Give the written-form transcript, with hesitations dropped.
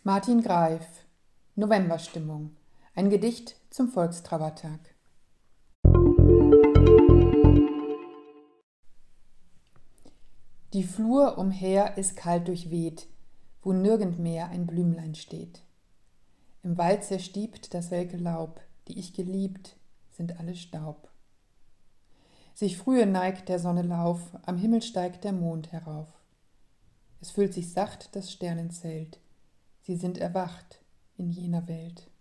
Martin Greif, Novemberstimmung, ein Gedicht zum Volkstrauertag. Die Flur umher ist kalt durchweht, wo nirgend mehr ein Blümlein steht. Im Wald zerstiebt das welke Laub, die ich geliebt, sind alle Staub. Sich frühe neigt der Sonne Lauf, am Himmel steigt der Mond herauf. Es füllt sich sacht das Sternenzelt, sie sind erwacht in jener Welt.